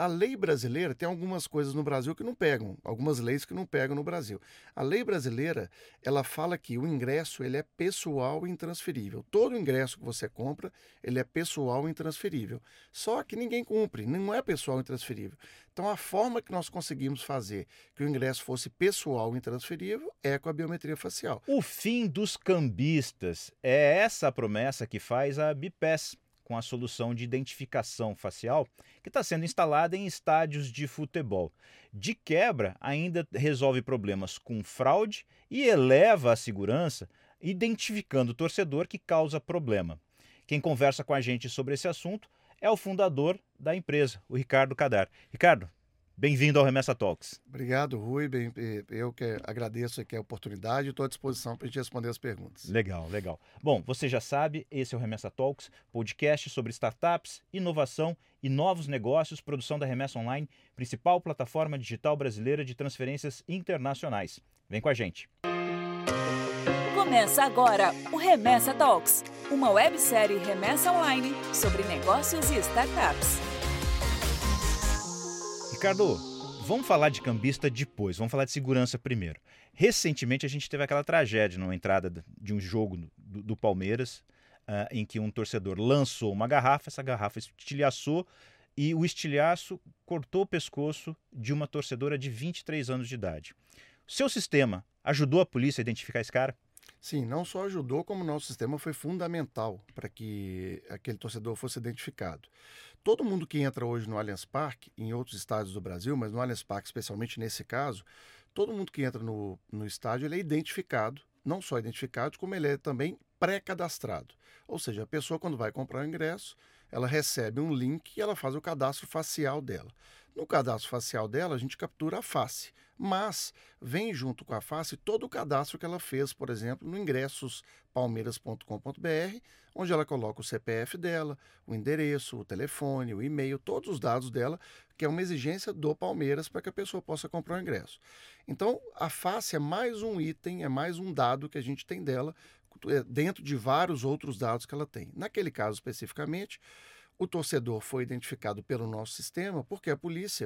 A lei brasileira tem algumas coisas no Brasil que não pegam, algumas leis que não pegam no Brasil. A lei brasileira, ela fala que o ingresso ele é pessoal e intransferível. Todo ingresso que você compra, ele é pessoal e intransferível. Só que ninguém cumpre, não é pessoal e intransferível. Então, a forma que nós conseguimos fazer que o ingresso fosse pessoal e intransferível é com a biometria facial. O fim dos cambistas é essa a promessa que faz a Bipes com a solução de identificação facial que está sendo instalada em estádios de futebol. De quebra, ainda resolve problemas com fraude e eleva a segurança, identificando o torcedor que causa problema. Quem conversa com a gente sobre esse assunto é o fundador da empresa, o Ricardo Cadar. Ricardo, bem-vindo ao Remessa Talks. Obrigado, Rui. Eu que agradeço aqui a oportunidade e estou à disposição para a gente responder as perguntas. Legal, legal. Bom, você já sabe, esse é o Remessa Talks, podcast sobre startups, inovação e novos negócios, produção da Remessa Online, principal plataforma digital brasileira de transferências internacionais. Vem com a gente. Começa agora o Remessa Talks, uma websérie Remessa Online sobre negócios e startups. Ricardo, vamos falar de cambista depois, vamos falar de segurança primeiro. Recentemente a gente teve aquela tragédia numa entrada de um jogo do Palmeiras, em que um torcedor lançou uma garrafa, essa garrafa estilhaçou e o estilhaço cortou o pescoço de uma torcedora de 23 anos de idade. O seu sistema ajudou a polícia a identificar esse cara? Sim, não só ajudou, como o nosso sistema foi fundamental para que aquele torcedor fosse identificado. Todo mundo que entra hoje no Allianz Parque, em outros estádios do Brasil, mas no Allianz Parque, especialmente nesse caso, todo mundo que entra no estádio ele é identificado, não só identificado, como ele é também pré-cadastrado. Ou seja, a pessoa quando vai comprar o ingresso, ela recebe um link e ela faz o cadastro facial dela. No cadastro facial dela, a gente captura a face, mas vem junto com a face todo o cadastro que ela fez, por exemplo, no ingressospalmeiras.com.br, onde ela coloca o CPF dela, o endereço, o telefone, o e-mail, todos os dados dela, que é uma exigência do Palmeiras para que a pessoa possa comprar o ingresso. Então, a face é mais um item, é mais um dado que a gente tem dela, dentro de vários outros dados que ela tem. Naquele caso especificamente, o torcedor foi identificado pelo nosso sistema porque a polícia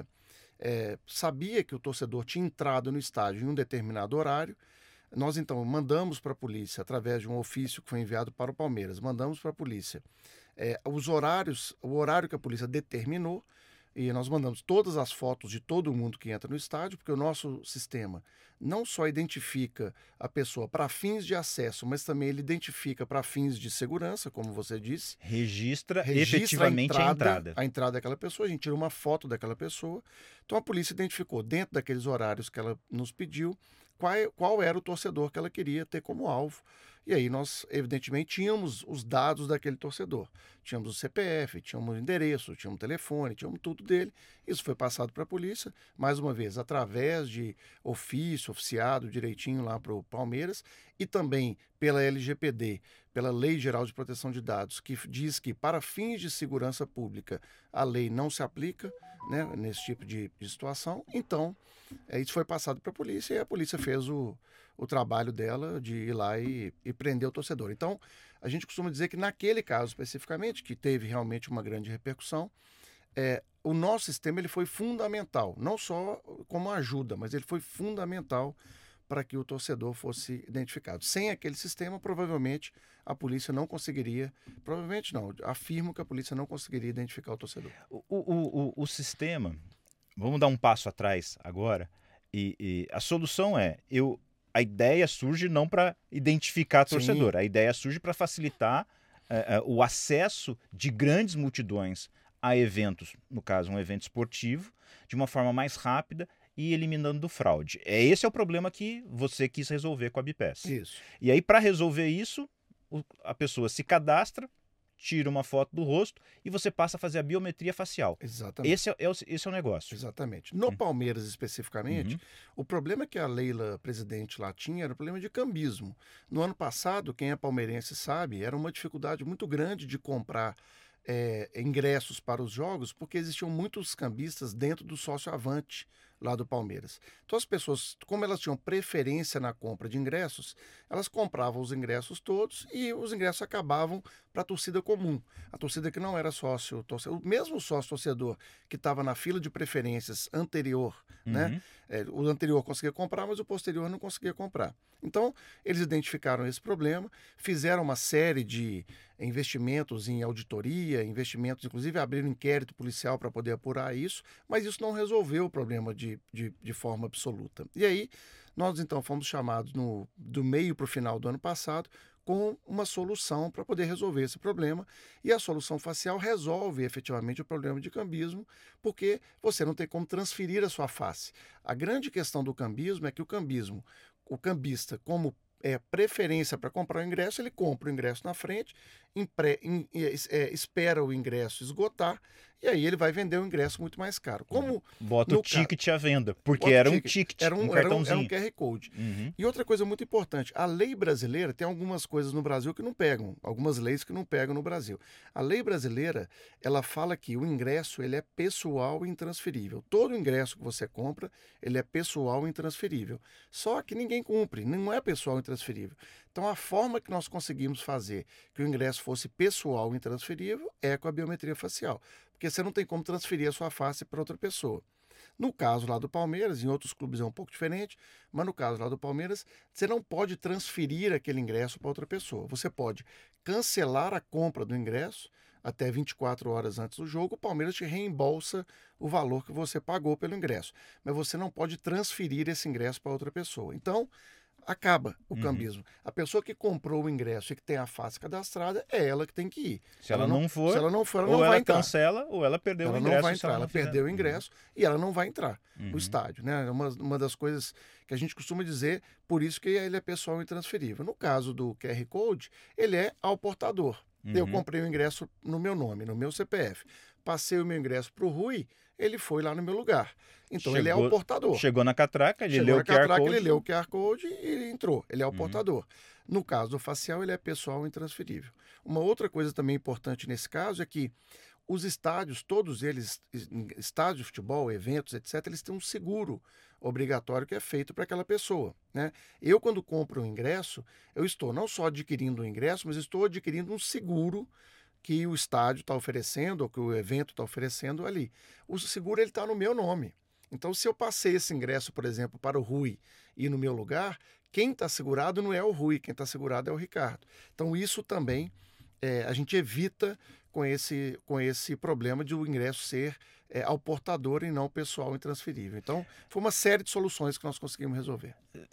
sabia que o torcedor tinha entrado no estádio em um determinado horário. Nós, então, mandamos para a polícia, através de um ofício que foi enviado para o Palmeiras, mandamos para a polícia os horários, o horário que a polícia determinou, e nós mandamos todas as fotos de todo mundo que entra no estádio, porque o nosso sistema não só identifica a pessoa para fins de acesso, mas também ele identifica para fins de segurança, como você disse. Registra efetivamente a entrada. A entrada daquela pessoa, a gente tira uma foto daquela pessoa. Então a polícia identificou, dentro daqueles horários que ela nos pediu, qual era o torcedor que ela queria ter como alvo. E aí nós, evidentemente, tínhamos os dados daquele torcedor. Tínhamos o CPF, tínhamos o endereço, tínhamos o telefone, tínhamos tudo dele. Isso foi passado para a polícia, mais uma vez, através de ofício, oficiado direitinho lá para o Palmeiras, e também pela LGPD, pela Lei Geral de Proteção de Dados, que diz que para fins de segurança pública a lei não se aplica, né, nesse tipo de situação. Então, isso foi passado para a polícia e a polícia fez o trabalho dela de ir lá e prender o torcedor. Então, a gente costuma dizer que naquele caso especificamente, que teve realmente uma grande repercussão, o nosso sistema ele foi fundamental, não só como ajuda, mas ele foi fundamental para que o torcedor fosse identificado. Sem aquele sistema, provavelmente a polícia não conseguiria, provavelmente não, afirmo que a polícia não conseguiria identificar o torcedor. O sistema, vamos dar um passo atrás agora, e a solução a ideia surge não para identificar torcedor, a ideia surge para facilitar o acesso de grandes multidões a eventos, no caso um evento esportivo, de uma forma mais rápida e eliminando fraude. Esse é o problema que você quis resolver com a Bipes. Isso. E aí, para resolver isso, a pessoa se cadastra, tira uma foto do rosto e você passa a fazer a biometria facial. Exatamente. Esse é o negócio. Exatamente. No Palmeiras, especificamente, o problema que a Leila, presidente lá, tinha era o problema de cambismo. No ano passado, quem é palmeirense sabe, era uma dificuldade muito grande de comprar ingressos para os jogos, porque existiam muitos cambistas dentro do sócio-avante lá do Palmeiras. Então as pessoas, como elas tinham preferência na compra de ingressos, elas compravam os ingressos todos e os ingressos acabavam para a torcida comum. A torcida que não era sócio, torcedor, o mesmo sócio torcedor que estava na fila de preferências anterior, né? O anterior conseguia comprar, mas o posterior não conseguia comprar. Então, eles identificaram esse problema, fizeram uma série de investimentos em auditoria, investimentos, inclusive abriram inquérito policial para poder apurar isso, mas isso não resolveu o problema de forma absoluta. E aí, nós então fomos chamados do meio para o final do ano passado com uma solução para poder resolver esse problema. E a solução facial resolve efetivamente o problema de cambismo, porque você não tem como transferir a sua face. A grande questão do cambismo é que o cambista, como preferência para comprar o ingresso, ele compra o ingresso na frente, espera o ingresso esgotar, e aí ele vai vender o ingresso muito mais caro. Como bota o ticket à venda, porque era um ticket, um cartãozinho. Era um QR Code. E outra coisa muito importante, a lei brasileira tem algumas coisas no Brasil que não pegam, algumas leis que não pegam no Brasil. A lei brasileira, ela fala que o ingresso ele é pessoal e intransferível. Todo ingresso que você compra, ele é pessoal e intransferível. Só que ninguém cumpre, não é pessoal e intransferível. Então, a forma que nós conseguimos fazer que o ingresso fosse pessoal e intransferível é com a biometria facial. Porque você não tem como transferir a sua face para outra pessoa. No caso lá do Palmeiras, em outros clubes é um pouco diferente, mas no caso lá do Palmeiras, você não pode transferir aquele ingresso para outra pessoa. Você pode cancelar a compra do ingresso até 24 horas antes do jogo, o Palmeiras te reembolsa o valor que você pagou pelo ingresso. Mas você não pode transferir esse ingresso para outra pessoa. Então, acaba o cambismo. A pessoa que comprou o ingresso e que tem a face cadastrada, é ela que tem que ir. Se ela não for, ela não ou ela vai entrar. Cancela, ou ela perdeu o ingresso. Ela não vai entrar, ela perdeu o ingresso e ela não vai entrar no estádio. Né? É uma das coisas que a gente costuma dizer, por isso que ele é pessoal intransferível. No caso do QR Code, ele é ao portador. Eu comprei o ingresso no meu nome, no meu CPF. Passei o meu ingresso para o Rui, ele foi lá no meu lugar. Então ele é o portador. Chegou na catraca, ele leu o QR Code. Ele leu o QR Code e ele entrou. Ele é o portador. No caso do facial, ele é pessoal intransferível. Uma outra coisa também importante nesse caso é que os estádios, todos eles, estádios de futebol, eventos, etc., eles têm um seguro obrigatório que é feito para aquela pessoa. Né? Eu, quando compro um ingresso, eu estou não só adquirindo um ingresso, mas estou adquirindo um seguro que o estádio está oferecendo, ou que o evento está oferecendo ali. O seguro está no meu nome. Então, se eu passei esse ingresso, por exemplo, para o Rui e no meu lugar, quem está segurado não é o Rui, quem está segurado é o Ricardo. Então, isso também a gente evita com esse problema de o ingresso ser ao portador e não pessoal intransferível. Então, foi uma série de soluções que nós conseguimos resolver.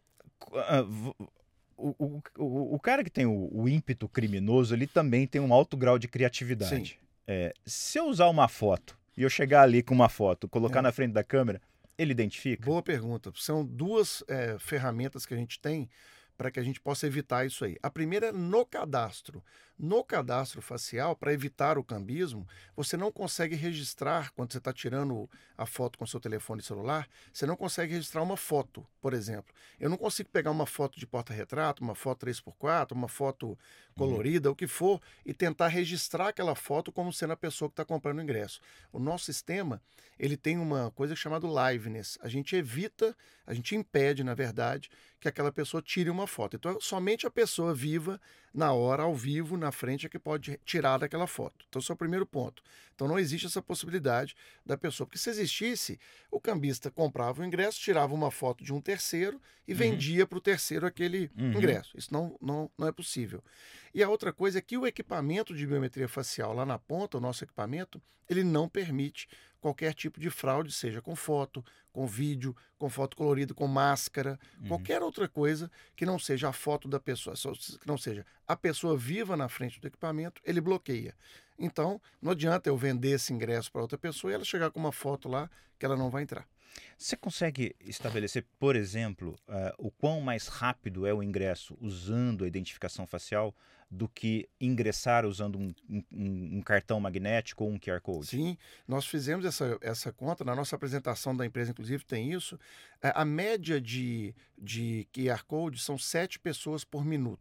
O cara que tem o ímpeto criminoso, ele também tem um alto grau de criatividade. Se eu usar uma foto e eu chegar ali com uma foto, colocar na frente da câmera, ele identifica? Boa pergunta. São duas ferramentas que a gente tem para que a gente possa evitar isso aí. A primeira é no cadastro. No cadastro facial, para evitar o cambismo, você não consegue registrar, quando você está tirando a foto com o seu telefone celular, você não consegue registrar uma foto, por exemplo. Eu não consigo pegar uma foto de porta-retrato, uma foto 3x4, uma foto colorida, o que for, e tentar registrar aquela foto como sendo a pessoa que está comprando o ingresso. O nosso sistema, ele tem uma coisa chamada liveness. A gente impede, na verdade, que aquela pessoa tire uma foto. Então, somente a pessoa viva, na hora, ao vivo, na frente, é que pode tirar daquela foto. Então, esse é o primeiro ponto. Então, não existe essa possibilidade da pessoa. Porque se existisse, o cambista comprava o ingresso, tirava uma foto de um terceiro e vendia para o terceiro aquele ingresso. Isso não é possível. E a outra coisa é que o equipamento de biometria facial lá na ponta, o nosso equipamento, ele não permite qualquer tipo de fraude, seja com foto, com vídeo, com foto colorida, com máscara, qualquer outra coisa que não seja a foto da pessoa, que não seja a pessoa viva na frente do equipamento, ele bloqueia. Então, não adianta eu vender esse ingresso para outra pessoa e ela chegar com uma foto lá que ela não vai entrar. Você consegue estabelecer, por exemplo, o quão mais rápido é o ingresso usando a identificação facial do que ingressar usando um cartão magnético ou um QR Code? Sim, nós fizemos essa conta, na nossa apresentação da empresa, inclusive, tem isso. A média de QR Code são 7 pessoas por minuto.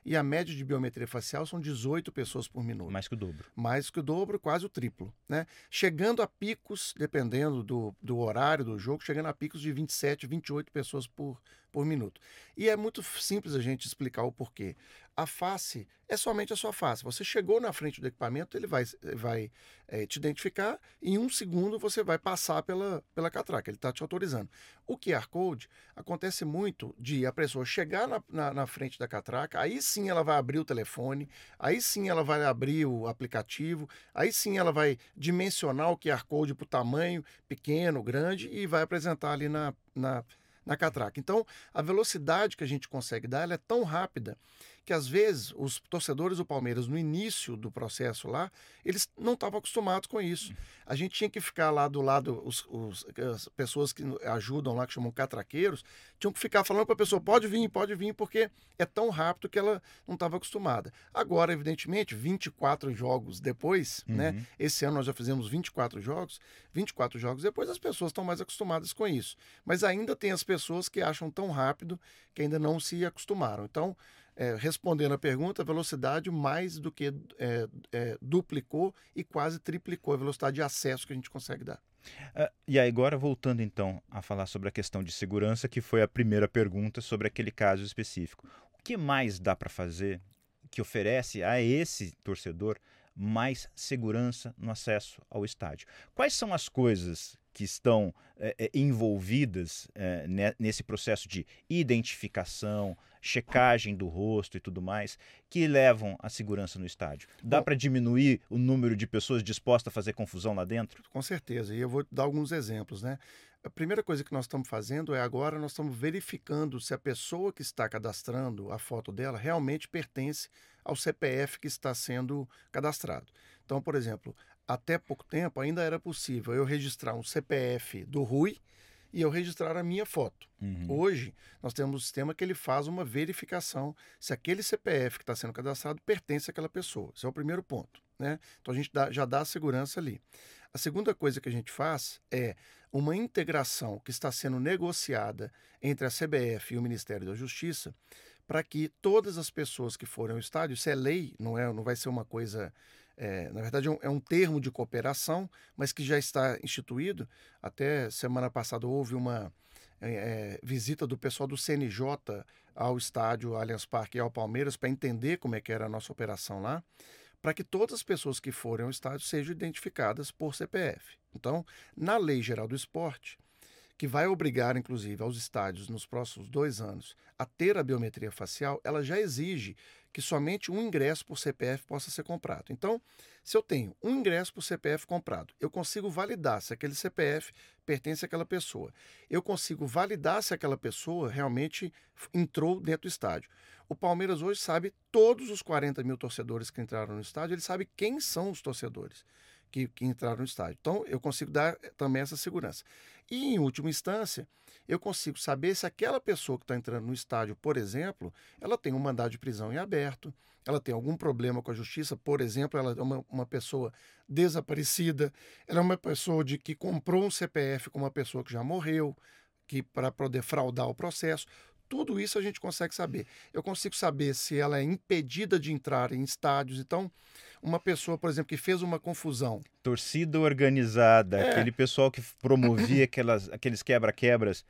e a média de biometria facial são 18 pessoas por minuto. Mais que o dobro. Mais que o dobro, quase o triplo, né? Chegando a picos, dependendo do horário do jogo, chegando a picos de 27, 28 pessoas por minuto. E é muito simples a gente explicar o porquê. A face é somente a sua face. Você chegou na frente do equipamento, ele vai te identificar e em 1 segundo você vai passar pela catraca, ele está te autorizando. O QR Code acontece muito de a pessoa chegar na frente da catraca, aí sim ela vai abrir o telefone, aí sim ela vai abrir o aplicativo, aí sim ela vai dimensionar o QR Code para o tamanho pequeno, grande e vai apresentar ali na catraca. Então, a velocidade que a gente consegue dar ela é tão rápida que, às vezes, os torcedores do Palmeiras, no início do processo lá, eles não estavam acostumados com isso. A gente tinha que ficar lá do lado, as pessoas que ajudam lá, que chamam catraqueiros, tinham que ficar falando para a pessoa, pode vir, porque é tão rápido que ela não estava acostumada. Agora, evidentemente, 24 jogos depois, né? Esse ano nós já fizemos 24 jogos depois as pessoas estão mais acostumadas com isso. Mas ainda tem as pessoas que acham tão rápido que ainda não se acostumaram. Então, respondendo a pergunta, a velocidade mais do que duplicou e quase triplicou a velocidade de acesso que a gente consegue dar. E aí, agora voltando então a falar sobre a questão de segurança, que foi a primeira pergunta sobre aquele caso específico. O que mais dá para fazer que oferece a esse torcedor mais segurança no acesso ao estádio? Quais são as coisas que estão envolvidas nesse processo de identificação, checagem do rosto e tudo mais, que levam à segurança no estádio? Dá para diminuir o número de pessoas dispostas a fazer confusão lá dentro? Com certeza, e eu vou dar alguns exemplos, né? A primeira coisa que nós estamos fazendo é agora nós estamos verificando se a pessoa que está cadastrando a foto dela realmente pertence ao CPF que está sendo cadastrado. Então, por exemplo, até pouco tempo ainda era possível eu registrar um CPF do Rui e eu registrar a minha foto. Hoje, nós temos um sistema que ele faz uma verificação se aquele CPF que está sendo cadastrado pertence àquela pessoa. Esse é o primeiro ponto, né? Então, a gente já dá a segurança ali. A segunda coisa que a gente faz é uma integração que está sendo negociada entre a CBF e o Ministério da Justiça para que todas as pessoas que forem ao estádio, isso é lei, não vai ser uma coisa... na verdade, é um termo de cooperação, mas que já está instituído. Até semana passada houve uma visita do pessoal do CNJ ao estádio Allianz Parque e ao Palmeiras para entender como é que era a nossa operação lá, para que todas as pessoas que forem ao estádio sejam identificadas por CPF. Então, na Lei Geral do Esporte, que vai obrigar, inclusive, aos estádios nos próximos 2 anos a ter a biometria facial, ela já exige que somente um ingresso por CPF possa ser comprado. Então, se eu tenho um ingresso por CPF comprado, eu consigo validar se aquele CPF pertence àquela pessoa. Eu consigo validar se aquela pessoa realmente entrou dentro do estádio. O Palmeiras hoje sabe todos os 40 mil torcedores que entraram no estádio, ele sabe quem são os torcedores que entraram no estádio. Então, eu consigo dar também essa segurança. E, em última instância, eu consigo saber se aquela pessoa que está entrando no estádio, por exemplo, ela tem um mandado de prisão em aberto, ela tem algum problema com a justiça, por exemplo, ela é uma pessoa desaparecida, ela é uma pessoa que comprou um CPF com uma pessoa que já morreu, para poder fraudar o processo. Tudo isso a gente consegue saber. Eu consigo saber se ela é impedida de entrar em estádios. Então, uma pessoa, por exemplo, que fez uma confusão. Torcida organizada, aquele pessoal que promovia aqueles quebra-quebras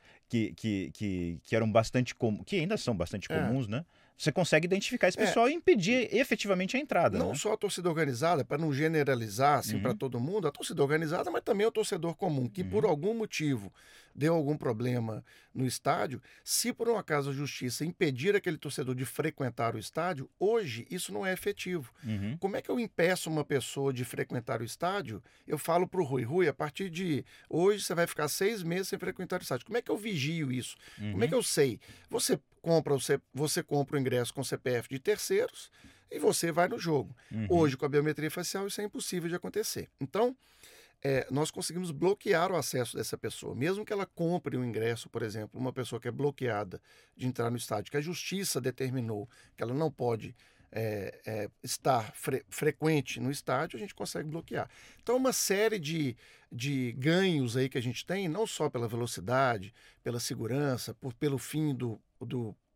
que eram bastante comuns, que ainda são bastante comuns, né? Você consegue identificar esse pessoal e impedir efetivamente a entrada. Não só a torcida organizada, para não generalizar assim, para todo mundo, a torcida organizada, mas também o torcedor comum, que por algum motivo deu algum problema no estádio, se por um acaso a justiça impedir aquele torcedor de frequentar o estádio, hoje isso não é efetivo. Como é que eu impeço uma pessoa de frequentar o estádio? Eu falo para o Rui, a partir de hoje você vai ficar 6 meses sem frequentar o estádio. Como é que eu vigio isso? Como é que eu sei? Você compra o ingresso com CPF de terceiros e você vai no jogo. Hoje, com a biometria facial, isso é impossível de acontecer. Então, nós conseguimos bloquear o acesso dessa pessoa. Mesmo que ela compre um ingresso, por exemplo, uma pessoa que é bloqueada de entrar no estádio, que a justiça determinou que ela não pode estar frequente no estádio, a gente consegue bloquear. Então, uma série de ganhos aí que a gente tem, não só pela velocidade, pela segurança, pelo fim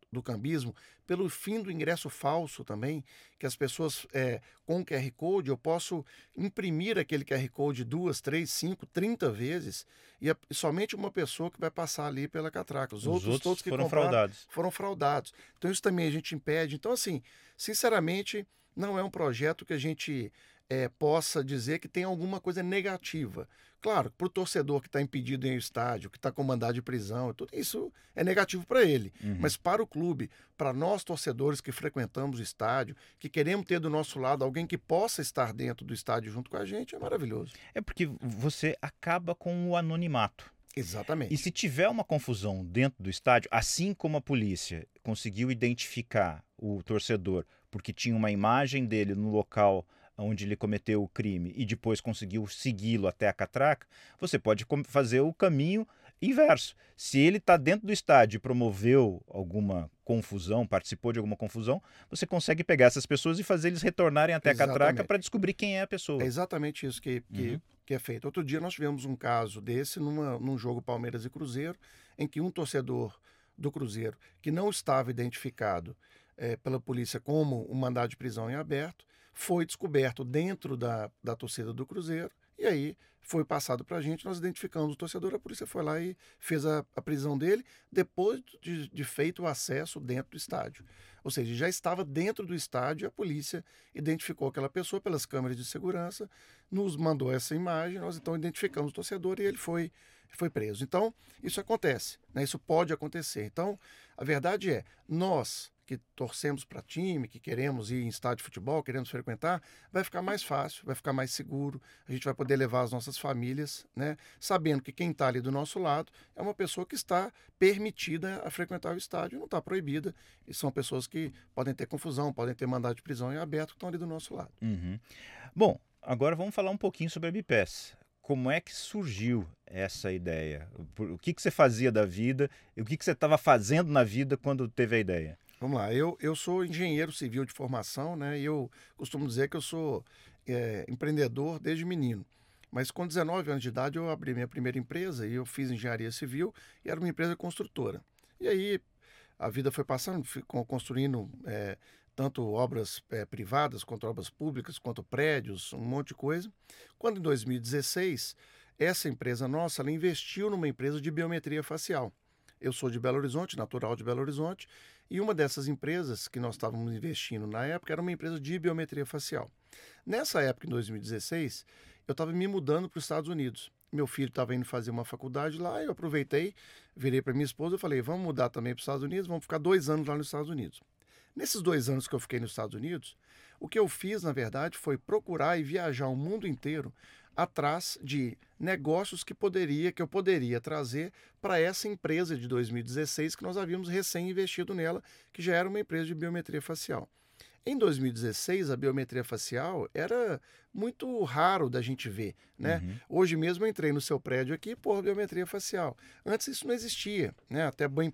do cambismo, pelo fim do ingresso falso também, que as pessoas, com o QR Code, eu posso imprimir aquele QR Code 2, 3, 5, 30 vezes, e somente uma pessoa que vai passar ali pela catraca. Os outros todos que foram compraram fraudados. foram fraudados. Então isso também a gente impede. Então, assim, sinceramente, não é um projeto que a gente possa dizer que tem alguma coisa negativa. Claro, para o torcedor que está impedido em ir ao estádio, que está com mandado de prisão, tudo isso é negativo para ele. Mas para o clube, para nós torcedores que frequentamos o estádio, que queremos ter do nosso lado alguém que possa estar dentro do estádio junto com a gente, é maravilhoso. É porque você acaba com o anonimato. Exatamente. E se tiver uma confusão dentro do estádio, assim como a polícia conseguiu identificar o torcedor porque tinha uma imagem dele no local onde ele cometeu o crime e depois conseguiu segui-lo até a catraca, você pode fazer o caminho inverso. Se ele está dentro do estádio e promoveu alguma confusão, participou de alguma confusão, você consegue pegar essas pessoas e fazer eles retornarem até a catraca para descobrir quem é a pessoa. É exatamente isso que é feito. Outro dia nós tivemos um caso desse num jogo Palmeiras e Cruzeiro, em que um torcedor do Cruzeiro, que não estava identificado pela polícia como um mandado de prisão em aberto, foi descoberto dentro da torcida do Cruzeiro, e aí foi passado para a gente, nós identificamos o torcedor, a polícia foi lá e fez a prisão dele, depois de feito o acesso dentro do estádio. Ou seja, já estava dentro do estádio, a polícia identificou aquela pessoa pelas câmeras de segurança, nos mandou essa imagem, nós então identificamos o torcedor e ele foi preso. Então, isso acontece, né? Isso pode acontecer. Então, a verdade é, nós que torcemos para time, que queremos ir em estádio de futebol, queremos frequentar, vai ficar mais fácil, vai ficar mais seguro, a gente vai poder levar as nossas famílias, né, sabendo que quem está ali do nosso lado é uma pessoa que está permitida a frequentar o estádio, não está proibida, e são pessoas que podem ter confusão, podem ter mandado de prisão em aberto, que estão ali do nosso lado. Bom, agora vamos falar um pouquinho sobre a BPES. Como é que surgiu essa ideia? O que você fazia da vida e o que você estava fazendo na vida quando teve a ideia? Vamos lá, eu sou engenheiro civil de formação, né? E eu costumo dizer que eu sou empreendedor desde menino. Mas com 19 anos de idade eu abri minha primeira empresa e eu fiz engenharia civil e era uma empresa construtora. E aí a vida foi passando, construindo tanto obras privadas, quanto obras públicas, quanto prédios, um monte de coisa. Quando em 2016, essa empresa nossa, ela investiu numa empresa de biometria facial. Eu sou de Belo Horizonte, natural de Belo Horizonte, e uma dessas empresas que nós estávamos investindo na época era uma empresa de biometria facial. Nessa época, em 2016, eu estava me mudando para os Estados Unidos. Meu filho estava indo fazer uma faculdade lá, eu aproveitei, virei para minha esposa e falei, vamos mudar também para os Estados Unidos, vamos ficar 2 anos lá nos Estados Unidos. Nesses 2 anos que eu fiquei nos Estados Unidos, o que eu fiz, na verdade, foi procurar e viajar o mundo inteiro atrás de negócios que eu poderia trazer para essa empresa de 2016 que nós havíamos recém investido nela, que já era uma empresa de biometria facial. Em 2016, a biometria facial era muito raro da gente ver, né? Hoje mesmo eu entrei no seu prédio aqui por biometria facial. Antes isso não existia, né? Até bem,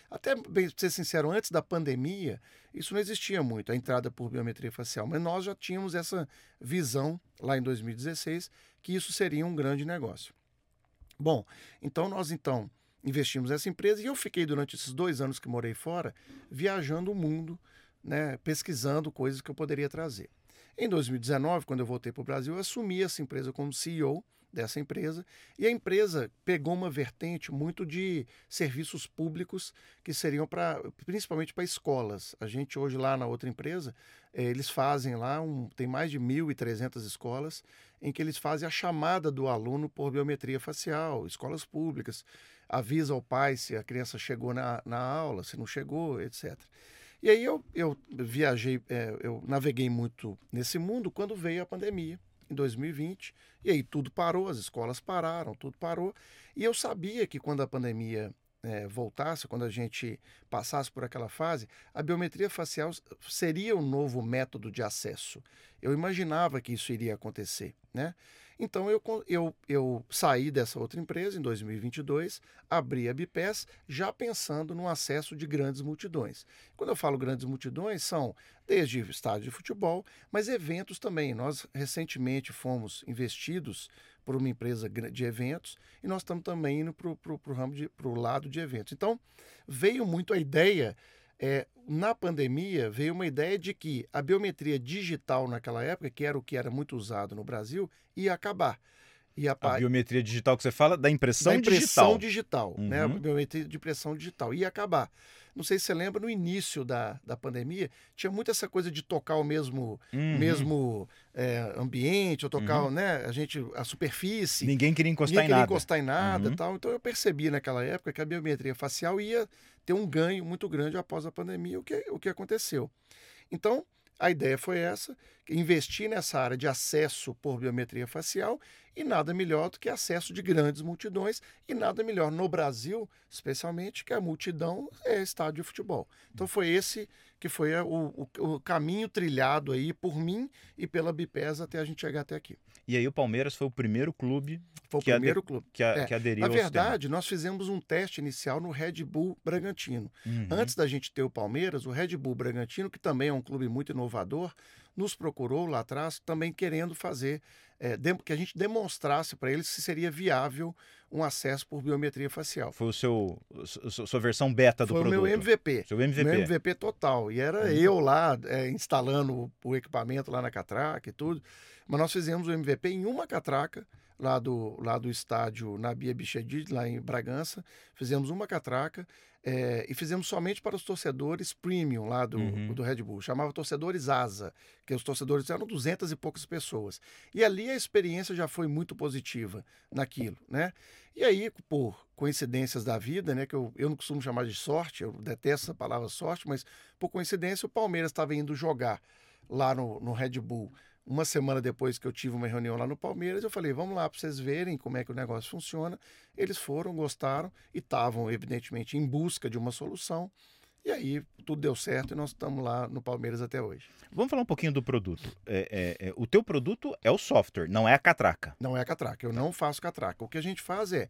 para ser sincero, antes da pandemia, isso não existia muito, a entrada por biometria facial. Mas nós já tínhamos essa visão lá em 2016 que isso seria um grande negócio. Bom, então nós investimos nessa empresa e eu fiquei durante esses 2 anos que morei fora, viajando o mundo, né, pesquisando coisas que eu poderia trazer. Em 2019, quando eu voltei para o Brasil, eu assumi essa empresa como CEO dessa empresa, e a empresa pegou uma vertente muito de serviços públicos que seriam principalmente para escolas. A gente hoje lá na outra empresa, eles fazem lá, tem mais de 1.300 escolas, em que eles fazem a chamada do aluno por biometria facial, escolas públicas, avisa ao pai se a criança chegou na aula, se não chegou, etc. E aí eu viajei, eu naveguei muito nesse mundo quando veio a pandemia, em 2020, e aí tudo parou, as escolas pararam, tudo parou, e eu sabia que quando a pandemia voltasse, quando a gente passasse por aquela fase, a biometria facial seria um novo método de acesso. Eu imaginava que isso iria acontecer, né? Então eu saí dessa outra empresa em 2022, abri a BPES já pensando no acesso de grandes multidões. Quando eu falo grandes multidões, são desde estádio de futebol, mas eventos também. Nós recentemente fomos investidos por uma empresa de eventos e nós estamos também indo para o lado de eventos. Então veio muito a ideia Na pandemia veio uma ideia de que a biometria digital naquela época, que era o que era muito usado no Brasil, ia acabar. A biometria digital que você fala, da impressão digital, né? A biometria de impressão digital ia acabar. Não sei se você lembra, no início da pandemia, tinha muito essa coisa de tocar o mesmo ambiente, ou tocar né, a superfície. Ninguém queria encostar em nada. Tal. Então eu percebi naquela época que a biometria facial ia ter um ganho muito grande após a pandemia, o que aconteceu. Então, a ideia foi essa, investir nessa área de acesso por biometria facial, e nada melhor do que acesso de grandes multidões, e nada melhor no Brasil, especialmente, que a multidão é estádio de futebol. Então foi esse que foi o caminho trilhado aí por mim e pela Bipes até a gente chegar até aqui. E aí o Palmeiras foi o primeiro clube que aderiu Na verdade, nós fizemos um teste inicial no Red Bull Bragantino. Antes da gente ter o Palmeiras, o Red Bull Bragantino, que também é um clube muito inovador, nos procurou lá atrás também querendo fazer, que a gente demonstrasse para eles se seria viável um acesso por biometria facial. Foi sua versão beta do produto? Foi o meu MVP. Seu MVP. Meu MVP total. E era eu lá instalando o equipamento lá na catraca e tudo. Mas nós fizemos o MVP em uma catraca, lá do estádio Nabia Bichedid, lá em Bragança. Fizemos uma catraca e fizemos somente para os torcedores premium lá do Red Bull. Chamava torcedores asa, que os torcedores eram 200 e poucas pessoas. E ali a experiência já foi muito positiva naquilo, né? E aí, por coincidências da vida, né, que eu não costumo chamar de sorte, eu detesto essa palavra sorte, mas por coincidência o Palmeiras estava indo jogar lá no Red Bull. Uma semana depois que eu tive uma reunião lá no Palmeiras, eu falei, vamos lá para vocês verem como é que o negócio funciona. Eles foram, gostaram e estavam, evidentemente, em busca de uma solução. E aí tudo deu certo e nós estamos lá no Palmeiras até hoje. Vamos falar um pouquinho do produto. O teu produto é o software, não é a catraca. Não é a catraca, eu não faço catraca. O que a gente faz é,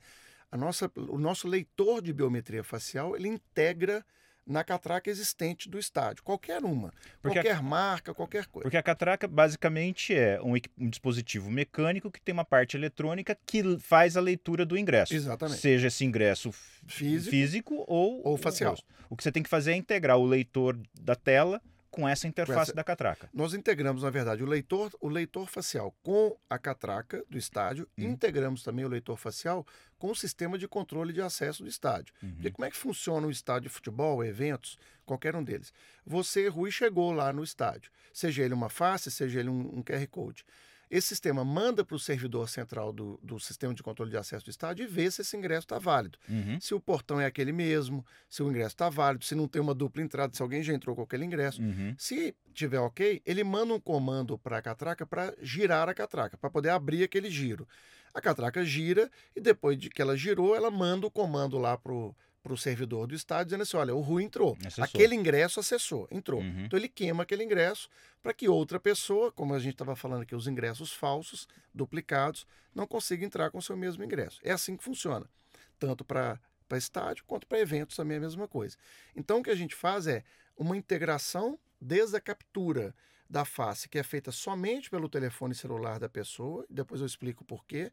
o nosso leitor de biometria facial, ele integra na catraca existente do estádio, qualquer uma, qualquer marca, qualquer coisa. Porque a catraca basicamente é um dispositivo mecânico que tem uma parte eletrônica que faz a leitura do ingresso. Exatamente. Seja esse ingresso físico ou facial. O que você tem que fazer é integrar o leitor da tela com essa interface da catraca. Nós integramos, na verdade, o leitor facial com a catraca do estádio, e integramos também o leitor facial com o sistema de controle de acesso do estádio. Porque como é que funciona um estádio de futebol, eventos, qualquer um deles? Você, Rui, chegou lá no estádio, seja ele uma face, seja ele um QR Code. Esse sistema manda para o servidor central do sistema de controle de acesso do estádio e vê se esse ingresso está válido. Se o portão é aquele mesmo, se o ingresso está válido, se não tem uma dupla entrada, se alguém já entrou com aquele ingresso. Se tiver ok, ele manda um comando para a catraca para girar a catraca, para poder abrir aquele giro. A catraca gira e depois de que ela girou, ela manda o comando lá para o servidor do estádio, dizendo assim, olha, o Rui entrou. Aquele ingresso entrou. Então ele queima aquele ingresso para que outra pessoa, como a gente estava falando aqui, os ingressos falsos, duplicados, não consiga entrar com o seu mesmo ingresso. É assim que funciona. Tanto para estádio quanto para eventos também é a mesma coisa. Então o que a gente faz é uma integração desde a captura da face, que é feita somente pelo telefone celular da pessoa, depois eu explico por quê,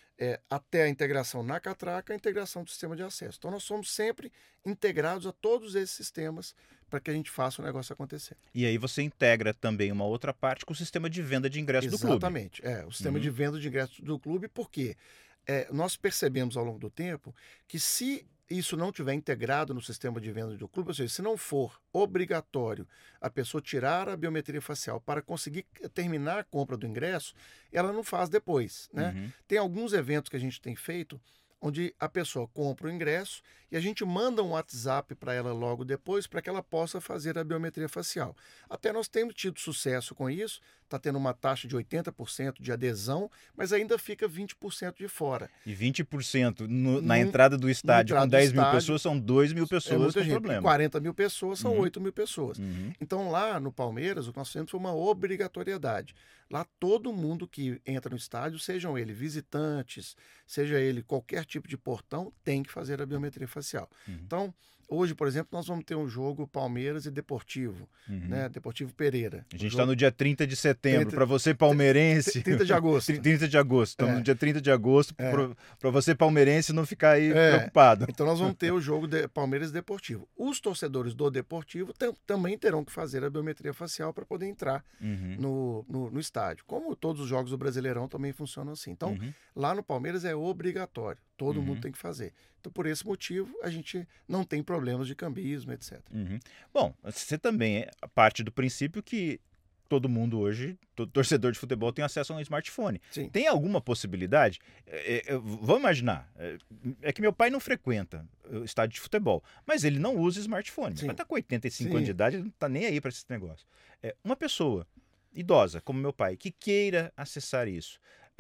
até a integração na catraca, a integração do sistema de acesso. Então, nós somos sempre integrados a todos esses sistemas para que a gente faça o negócio acontecer. E aí você integra também uma outra parte com o sistema de venda de ingressos do clube. Exatamente. O sistema de venda de ingressos do clube, porque nós percebemos ao longo do tempo que se isso não tiver integrado no sistema de venda do clube, ou seja, se não for obrigatório a pessoa tirar a biometria facial para conseguir terminar a compra do ingresso, ela não faz depois, né? Tem alguns eventos que a gente tem feito onde a pessoa compra o ingresso e a gente manda um WhatsApp para ela logo depois para que ela possa fazer a biometria facial. Até nós temos tido sucesso com isso, está tendo uma taxa de 80% de adesão, mas ainda fica 20% de fora. E 20% na entrada do estádio com 10 mil pessoas são 2 mil pessoas com problema. 40 mil pessoas são 8 mil pessoas. Então lá no Palmeiras o que nós fizemos foi uma obrigatoriedade. Lá todo mundo que entra no estádio, sejam ele visitantes, seja ele qualquer tipo de portão, tem que fazer a biometria facial. Então Hoje, por exemplo, nós vamos ter um jogo Palmeiras e Deportivo, né? Deportivo Pereira. A gente está no dia 30 de setembro. 30 Para você palmeirense... 30 de agosto. 30 de agosto. Estamos no dia 30 de agosto. Para você palmeirense não ficar aí preocupado. Então nós vamos ter o jogo de Palmeiras e Deportivo. Os torcedores do Deportivo também terão que fazer a biometria facial para poder entrar no estádio. Como todos os jogos do Brasileirão também funcionam assim. Então, lá no Palmeiras é obrigatório. Todo mundo tem que fazer. Então, por esse motivo, a gente não tem problemas de cambismo, etc. Bom, você também parte do princípio que todo mundo hoje, todo torcedor de futebol tem acesso a um smartphone. Sim. Tem alguma possibilidade? Vamos imaginar, é que meu pai não frequenta o estádio de futebol, mas ele não usa smartphone. Meu pai está com 85 anos de idade, ele não está nem aí para esse negócio. Uma pessoa idosa, como meu pai, que queira acessar isso,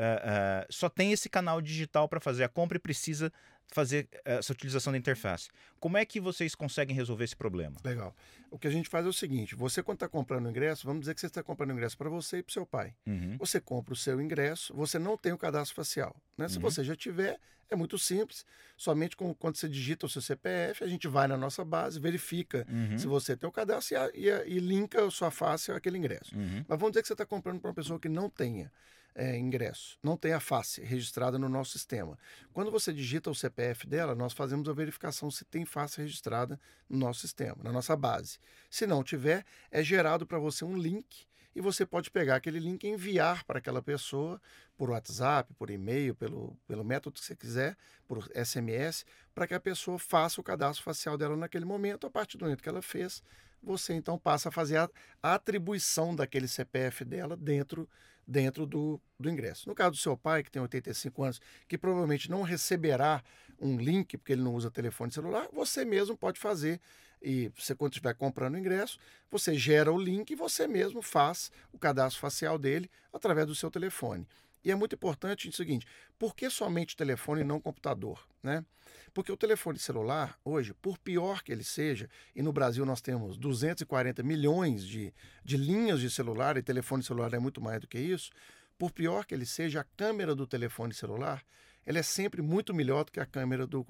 só tem esse canal digital para fazer a compra e precisa fazer essa utilização da interface. Como é que vocês conseguem resolver esse problema? Legal. O que a gente faz é o seguinte, você quando está comprando o ingresso, vamos dizer que você está comprando o ingresso para você e para o seu pai. Você compra o seu ingresso, você não tem o cadastro facial. Né? Se você já tiver, é muito simples. Somente quando você digita o seu CPF, a gente vai na nossa base, verifica se você tem o cadastro e linka a sua face àquele ingresso. Mas vamos dizer que você está comprando para uma pessoa que não tenha ingresso, não tem a face registrada no nosso sistema. Quando você digita o CPF dela, nós fazemos a verificação se tem face registrada no nosso sistema, na nossa base. Se não tiver, é gerado para você um link e você pode pegar aquele link e enviar para aquela pessoa por WhatsApp, por e-mail, pelo método que você quiser, por SMS, para que a pessoa faça o cadastro facial dela naquele momento. A partir do momento que ela fez, você então passa a fazer a atribuição daquele CPF dela dentro do ingresso. No caso do seu pai, que tem 85 anos, que provavelmente não receberá um link, porque ele não usa telefone celular, você mesmo pode fazer. E você, quando estiver comprando o ingresso, você gera o link e você mesmo faz o cadastro facial dele através do seu telefone. E é muito importante o seguinte, por que somente telefone e não computador? Né? Porque o telefone celular, hoje, por pior que ele seja, e no Brasil nós temos 240 milhões de linhas de celular, e telefone celular é muito mais do que isso, por pior que ele seja, a câmera do telefone celular, ela é sempre muito melhor do que a câmera do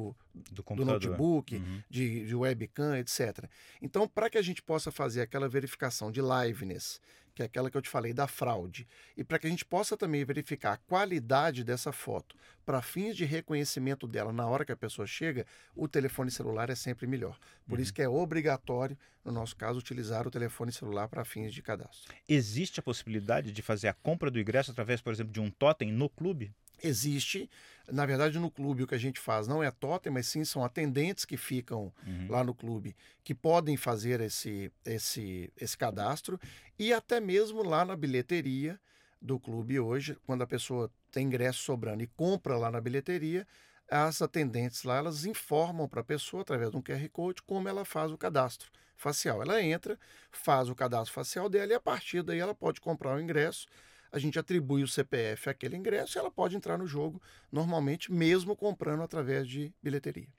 notebook, de webcam, etc. Então, para que a gente possa fazer aquela verificação de liveness, que é aquela que eu te falei da fraude, e para que a gente possa também verificar a qualidade dessa foto, para fins de reconhecimento dela na hora que a pessoa chega, o telefone celular é sempre melhor. Por isso que é obrigatório, no nosso caso, utilizar o telefone celular para fins de cadastro. Existe a possibilidade de fazer a compra do ingresso através, por exemplo, de um totem no clube? Existe. Na verdade, no clube o que a gente faz não é totem, mas sim são atendentes que ficam lá no clube, que podem fazer esse cadastro, e até mesmo lá na bilheteria do clube hoje, quando a pessoa tem ingresso sobrando e compra lá na bilheteria, as atendentes lá, elas informam para a pessoa, através de um QR Code, como ela faz o cadastro facial. Ela entra, faz o cadastro facial dela e a partir daí ela pode comprar o ingresso. A gente atribui o CPF àquele ingresso e ela pode entrar no jogo normalmente, mesmo comprando através de bilheteria.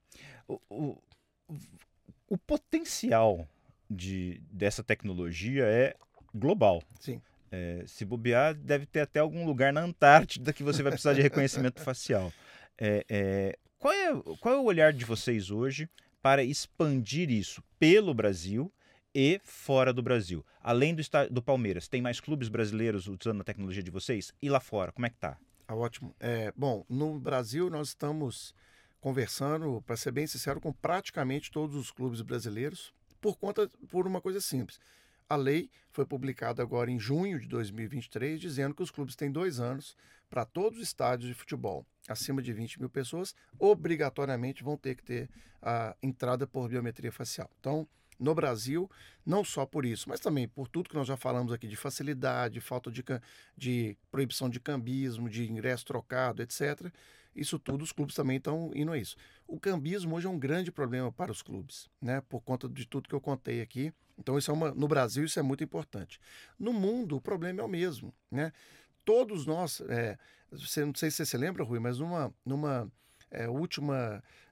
O potencial dessa tecnologia é global. Sim. Se bobear, deve ter até algum lugar na Antártida que você vai precisar de reconhecimento facial. Qual é o olhar de vocês hoje para expandir isso pelo Brasil e fora do Brasil? Além do Palmeiras, tem mais clubes brasileiros usando a tecnologia de vocês? E lá fora, como é que tá? Ótimo. Bom, no Brasil nós estamos conversando, para ser bem sincero, com praticamente todos os clubes brasileiros, por uma coisa simples. A lei foi publicada agora em junho de 2023, dizendo que os clubes têm 2 anos para todos os estádios de futebol acima de 20 mil pessoas, obrigatoriamente vão ter que ter a entrada por biometria facial. Então, no Brasil, não só por isso, mas também por tudo que nós já falamos aqui de facilidade, falta de proibição de cambismo, de ingresso trocado, etc. Isso tudo, os clubes também estão indo a isso. O cambismo hoje é um grande problema para os clubes, né? Por conta de tudo que eu contei aqui. Então, no Brasil, isso é muito importante. No mundo, o problema é o mesmo, né? Todos nós, não sei se você se lembra, Rui, mas numa última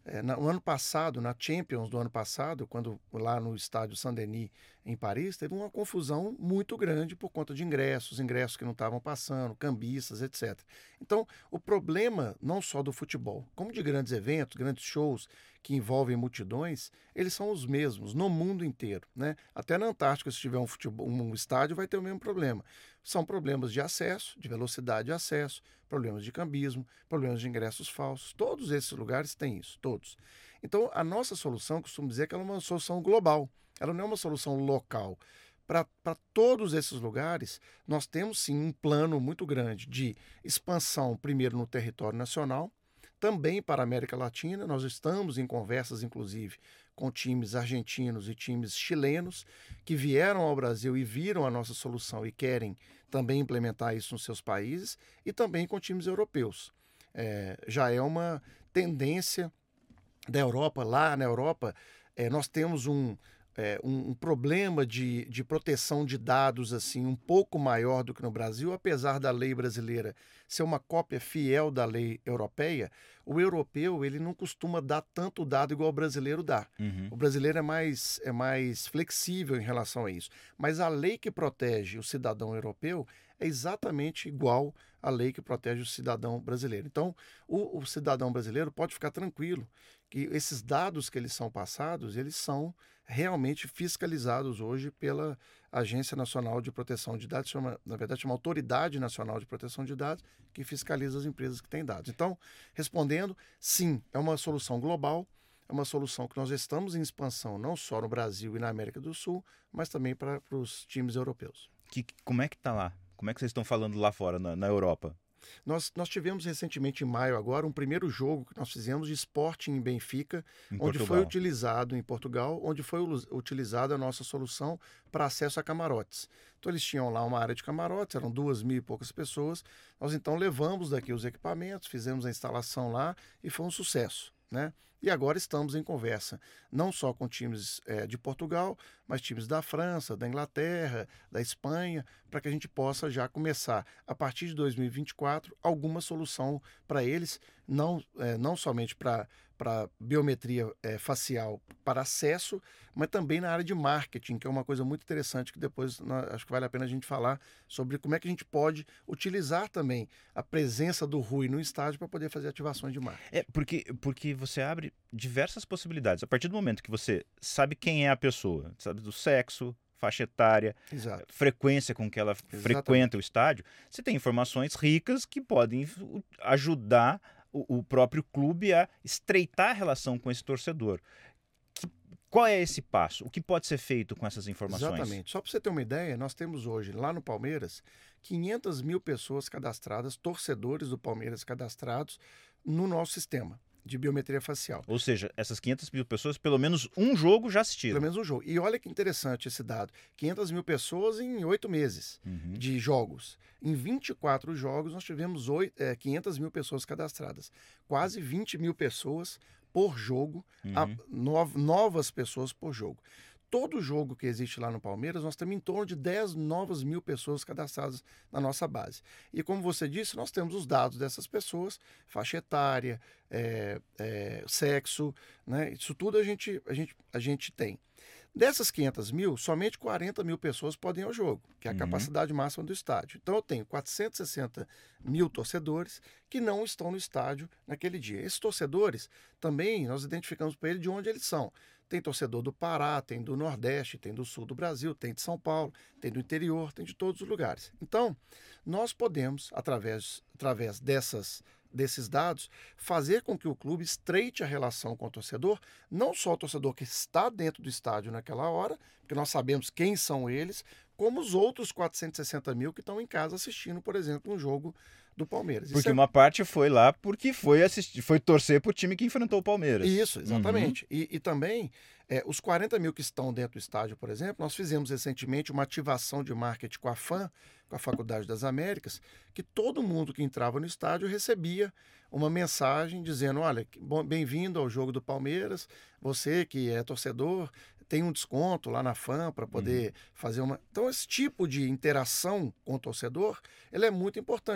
No ano passado, na Champions do ano passado, quando lá no estádio Saint-Denis, em Paris, teve uma confusão muito grande por conta de ingressos que não estavam passando, cambistas, etc. Então, o problema não só do futebol, como de grandes eventos, grandes shows que envolvem multidões, eles são os mesmos no mundo inteiro, né? Até na Antártica, se tiver um estádio, vai ter o mesmo problema. São problemas de acesso, de velocidade de acesso, problemas de cambismo, problemas de ingressos falsos. Todos esses lugares têm isso, todos. Então, a nossa solução, costumo dizer que ela é uma solução global. Ela não é uma solução local. Para todos esses lugares, nós temos sim um plano muito grande de expansão, primeiro no território nacional, também para a América Latina. Nós estamos em conversas, inclusive, com times argentinos e times chilenos que vieram ao Brasil e viram a nossa solução e querem também implementar isso nos seus países, e também com times europeus. Já é uma tendência da Europa. Lá na Europa, nós temos um problema de proteção de dados assim um pouco maior do que no Brasil, apesar da lei brasileira ser uma cópia fiel da lei europeia. O europeu ele não costuma dar tanto dado igual o brasileiro dá. Uhum. O brasileiro é mais flexível em relação a isso. Mas a lei que protege o cidadão europeu é exatamente igual à lei que protege o cidadão brasileiro. Então, o cidadão brasileiro pode ficar tranquilo que esses dados que eles são passados, eles são realmente fiscalizados hoje pela Agência Nacional de Proteção de Dados, na verdade chama Autoridade Nacional de Proteção de Dados, que fiscaliza as empresas que têm dados. Então, respondendo, sim, é uma solução global, é uma solução que nós estamos em expansão não só no Brasil e na América do Sul, mas também para os times europeus. Como é que está lá? Como é que vocês estão falando lá fora, na Europa? Nós tivemos recentemente, em maio agora, um primeiro jogo que nós fizemos de Sporting em Benfica, onde foi utilizado em Portugal, onde foi utilizada a nossa solução para acesso a camarotes. Então eles tinham lá uma área de camarotes, eram 2.000 e poucas pessoas. Nós então levamos daqui os equipamentos, fizemos a instalação lá e foi um sucesso, né? E agora estamos em conversa, não só com times de Portugal, mas times da França, da Inglaterra, da Espanha, para que a gente possa já começar, a partir de 2024, alguma solução para eles, não somente para biometria facial para acesso, mas também na área de marketing, que é uma coisa muito interessante que depois acho que vale a pena a gente falar sobre como é que a gente pode utilizar também a presença do RUI no estádio para poder fazer ativações de marketing. Porque você abre diversas possibilidades. A partir do momento que você sabe quem é a pessoa, sabe do sexo, faixa etária, frequência com que ela frequenta o estádio, você tem informações ricas que podem ajudar o próprio clube a estreitar a relação com esse torcedor. Qual é esse passo? O que pode ser feito com essas informações? Exatamente. Só para você ter uma ideia, nós temos hoje, lá no Palmeiras, 500 mil pessoas cadastradas, torcedores do Palmeiras cadastrados no nosso sistema de biometria facial. Ou seja, essas 500 mil pessoas, pelo menos um jogo já assistiram. Pelo menos um jogo. E olha que interessante esse dado. 500 mil pessoas em 8 meses de jogos. Em 24 jogos, nós tivemos 500 mil pessoas cadastradas. Quase 20 mil pessoas por jogo, novas pessoas por jogo. Todo jogo que existe lá no Palmeiras, nós temos em torno de 10 novas mil pessoas cadastradas na nossa base. E como você disse, nós temos os dados dessas pessoas, faixa etária, sexo, né? Isso tudo a gente tem. Dessas 500 mil, somente 40 mil pessoas podem ir ao jogo, que é a capacidade máxima do estádio. Então eu tenho 460 mil torcedores que não estão no estádio naquele dia. Esses torcedores também nós identificamos para ele de onde eles são. Tem torcedor do Pará, tem do Nordeste, tem do Sul do Brasil, tem de São Paulo, tem do interior, tem de todos os lugares. Então, nós podemos, através desses dados, fazer com que o clube estreite a relação com o torcedor, não só o torcedor que está dentro do estádio naquela hora, porque nós sabemos quem são eles, como os outros 460 mil que estão em casa assistindo, por exemplo, um jogo do Palmeiras. Porque uma parte foi lá porque foi torcer para o time que enfrentou o Palmeiras. Isso, exatamente. E também, os 40 mil que estão dentro do estádio, por exemplo, nós fizemos recentemente uma ativação de marketing com a FAM, com a Faculdade das Américas, que todo mundo que entrava no estádio recebia uma mensagem dizendo, olha, bem-vindo ao jogo do Palmeiras, você que é torcedor, tem um desconto lá na FAM para poder fazer uma... Então, esse tipo de interação com o torcedor, ele é muito importante. Isso serve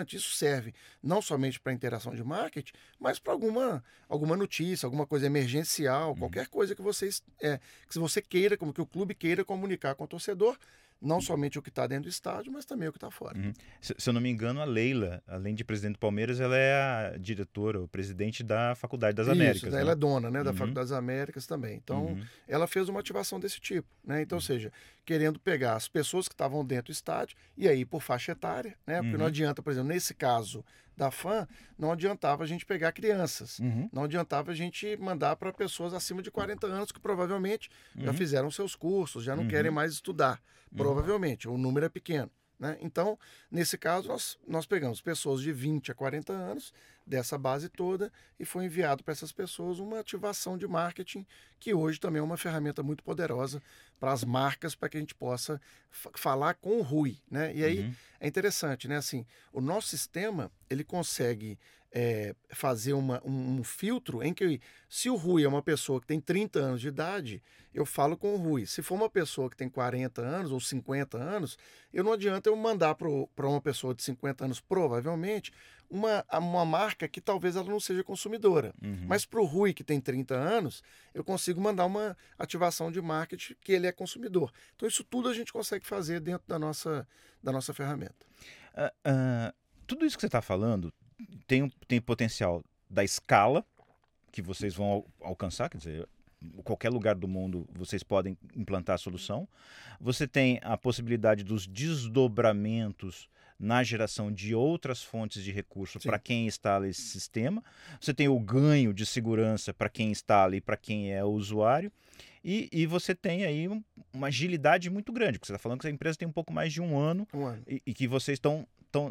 serve não somente para interação de marketing, mas para alguma notícia, alguma coisa emergencial, qualquer coisa que que você queira, como que o clube queira comunicar com o torcedor, não somente o que está dentro do estádio, mas também o que está fora. Se eu não me engano, a Leila, além de presidente do Palmeiras, ela é a diretora, o presidente da Faculdade das Américas. Isso, né? ela é dona, né, da Faculdade das Américas também. Então, ela fez uma ativação desse tipo, né? Então, ou seja, querendo pegar as pessoas que estavam dentro do estádio e aí por faixa etária, né? Porque não adianta, por exemplo, nesse caso da FAM, não adiantava a gente pegar crianças, não adiantava a gente mandar para pessoas acima de 40 anos que provavelmente já fizeram seus cursos, já não querem mais estudar, provavelmente, o número é pequeno. Né? Então, nesse caso, nós pegamos pessoas de 20 a 40 anos dessa base toda e foi enviado para essas pessoas uma ativação de marketing que hoje também é uma ferramenta muito poderosa para as marcas, para que a gente possa falar com o RUI. Né? E aí é interessante, né? Assim, o nosso sistema ele consegue fazer um filtro em que, se o Rui é uma pessoa que tem 30 anos de idade, eu falo com o Rui. Se for uma pessoa que tem 40 anos ou 50 anos, não adianta eu mandar para uma pessoa de 50 anos, provavelmente, uma marca que talvez ela não seja consumidora. Mas para o Rui, que tem 30 anos, eu consigo mandar uma ativação de marketing que ele é consumidor. Então, isso tudo a gente consegue fazer dentro da nossa ferramenta. Tudo isso que você está falando tem potencial da escala que vocês vão alcançar, quer dizer, qualquer lugar do mundo vocês podem implantar a solução. Você tem a possibilidade dos desdobramentos na geração de outras fontes de recurso para quem instala esse sistema. Você tem o ganho de segurança para quem instala e para quem é o usuário. E você tem aí uma agilidade muito grande, porque você está falando que a empresa tem um pouco mais de um ano. E que vocês estão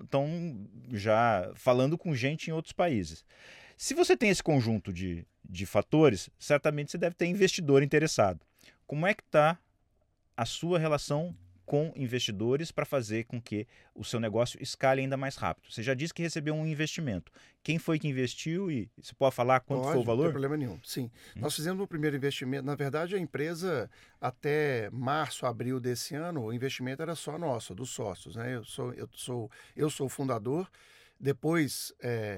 já falando com gente em outros países. Se você tem esse conjunto de fatores, certamente você deve ter investidor interessado. Como é que está a sua relação com investidores para fazer com que o seu negócio escale ainda mais rápido? Você já disse que recebeu um investimento. Quem foi que investiu e você pode falar quanto foi o valor? Não tem problema nenhum, sim. Nós fizemos um primeiro investimento. Na verdade, a empresa, até março, abril desse ano, o investimento era só nosso, dos sócios. Né? Eu sou o fundador. Depois,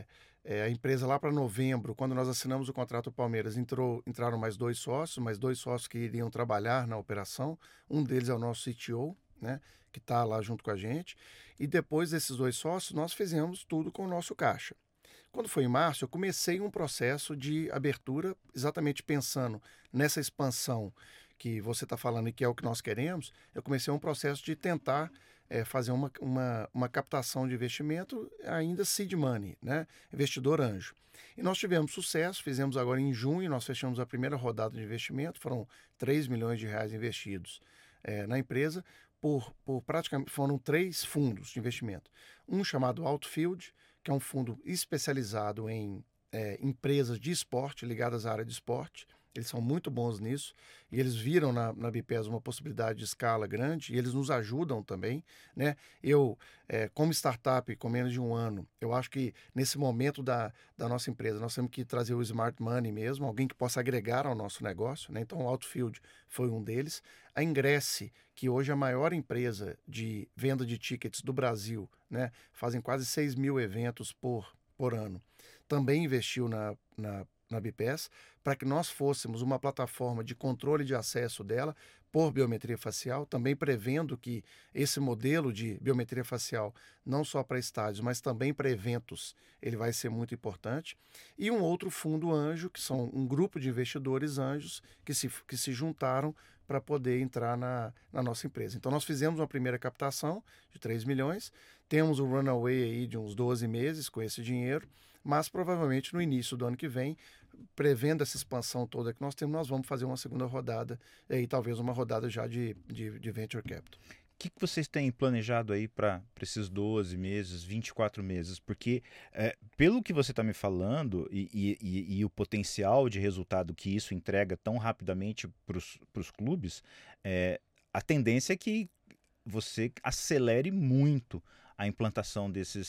a empresa lá para novembro, quando nós assinamos o contrato do Palmeiras, entraram mais dois sócios que iriam trabalhar na operação. Um deles é o nosso CTO, né, que está lá junto com a gente. E depois desses dois sócios, nós fizemos tudo com o nosso caixa. Quando foi em março, eu comecei um processo de abertura, exatamente pensando nessa expansão que você está falando e que é o que nós queremos. Eu comecei um processo de tentar fazer uma captação de investimento, ainda seed money, né? Investidor anjo. E nós tivemos sucesso, fizemos agora em junho, nós fechamos a primeira rodada de investimento, foram 3 milhões de reais investidos na empresa, praticamente foram 3 fundos de investimento. Um chamado Outfield, que é um fundo especializado em empresas de esporte, ligadas à área de esporte. Eles são muito bons nisso e eles viram na Bipes uma possibilidade de escala grande e eles nos ajudam também. Né? Eu, como startup, com menos de um ano, eu acho que nesse momento da nossa empresa nós temos que trazer o smart money mesmo, alguém que possa agregar ao nosso negócio. Né? Então o Outfield foi um deles. A Ingresse, que hoje é a maior empresa de venda de tickets do Brasil, né? Fazem quase 6 mil eventos por ano, também investiu na Bipes, para que nós fôssemos uma plataforma de controle de acesso dela por biometria facial, também prevendo que esse modelo de biometria facial, não só para estádios, mas também para eventos, ele vai ser muito importante. E um outro fundo anjo, que são um grupo de investidores anjos que se juntaram para poder entrar na nossa empresa. Então, nós fizemos uma primeira captação de 3 milhões, temos um runaway aí de uns 12 meses com esse dinheiro, mas provavelmente no início do ano que vem, prevendo essa expansão toda que nós temos, nós vamos fazer uma segunda rodada, e aí talvez uma rodada já de Venture Capital. O que vocês têm planejado aí para esses 12 meses, 24 meses? Porque, pelo que você está me falando e o potencial de resultado que isso entrega tão rapidamente para os clubes, a tendência é que você acelere muito a implantação desse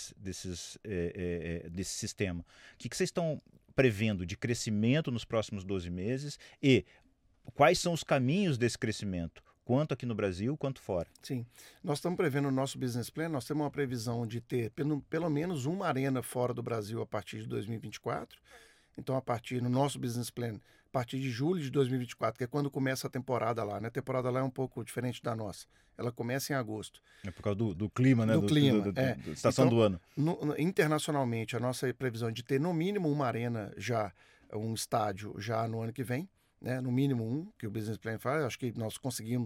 sistema. O que vocês estão prevendo de crescimento nos próximos 12 meses e quais são os caminhos desse crescimento? quanto aqui no Brasil, quanto fora. Sim. Nós estamos prevendo no nosso business plan, nós temos uma previsão de ter pelo menos uma arena fora do Brasil a partir de 2024. Então, no nosso business plan, a partir de julho de 2024, que é quando começa a temporada lá, né? A temporada lá é um pouco diferente da nossa. Ela começa em agosto. É por causa do clima, né? Do clima, da estação então, do ano. Internacionalmente, a nossa previsão é de ter no mínimo uma arena já, um estádio já no ano que vem, né? No mínimo um, que o business plan faz. Acho que nós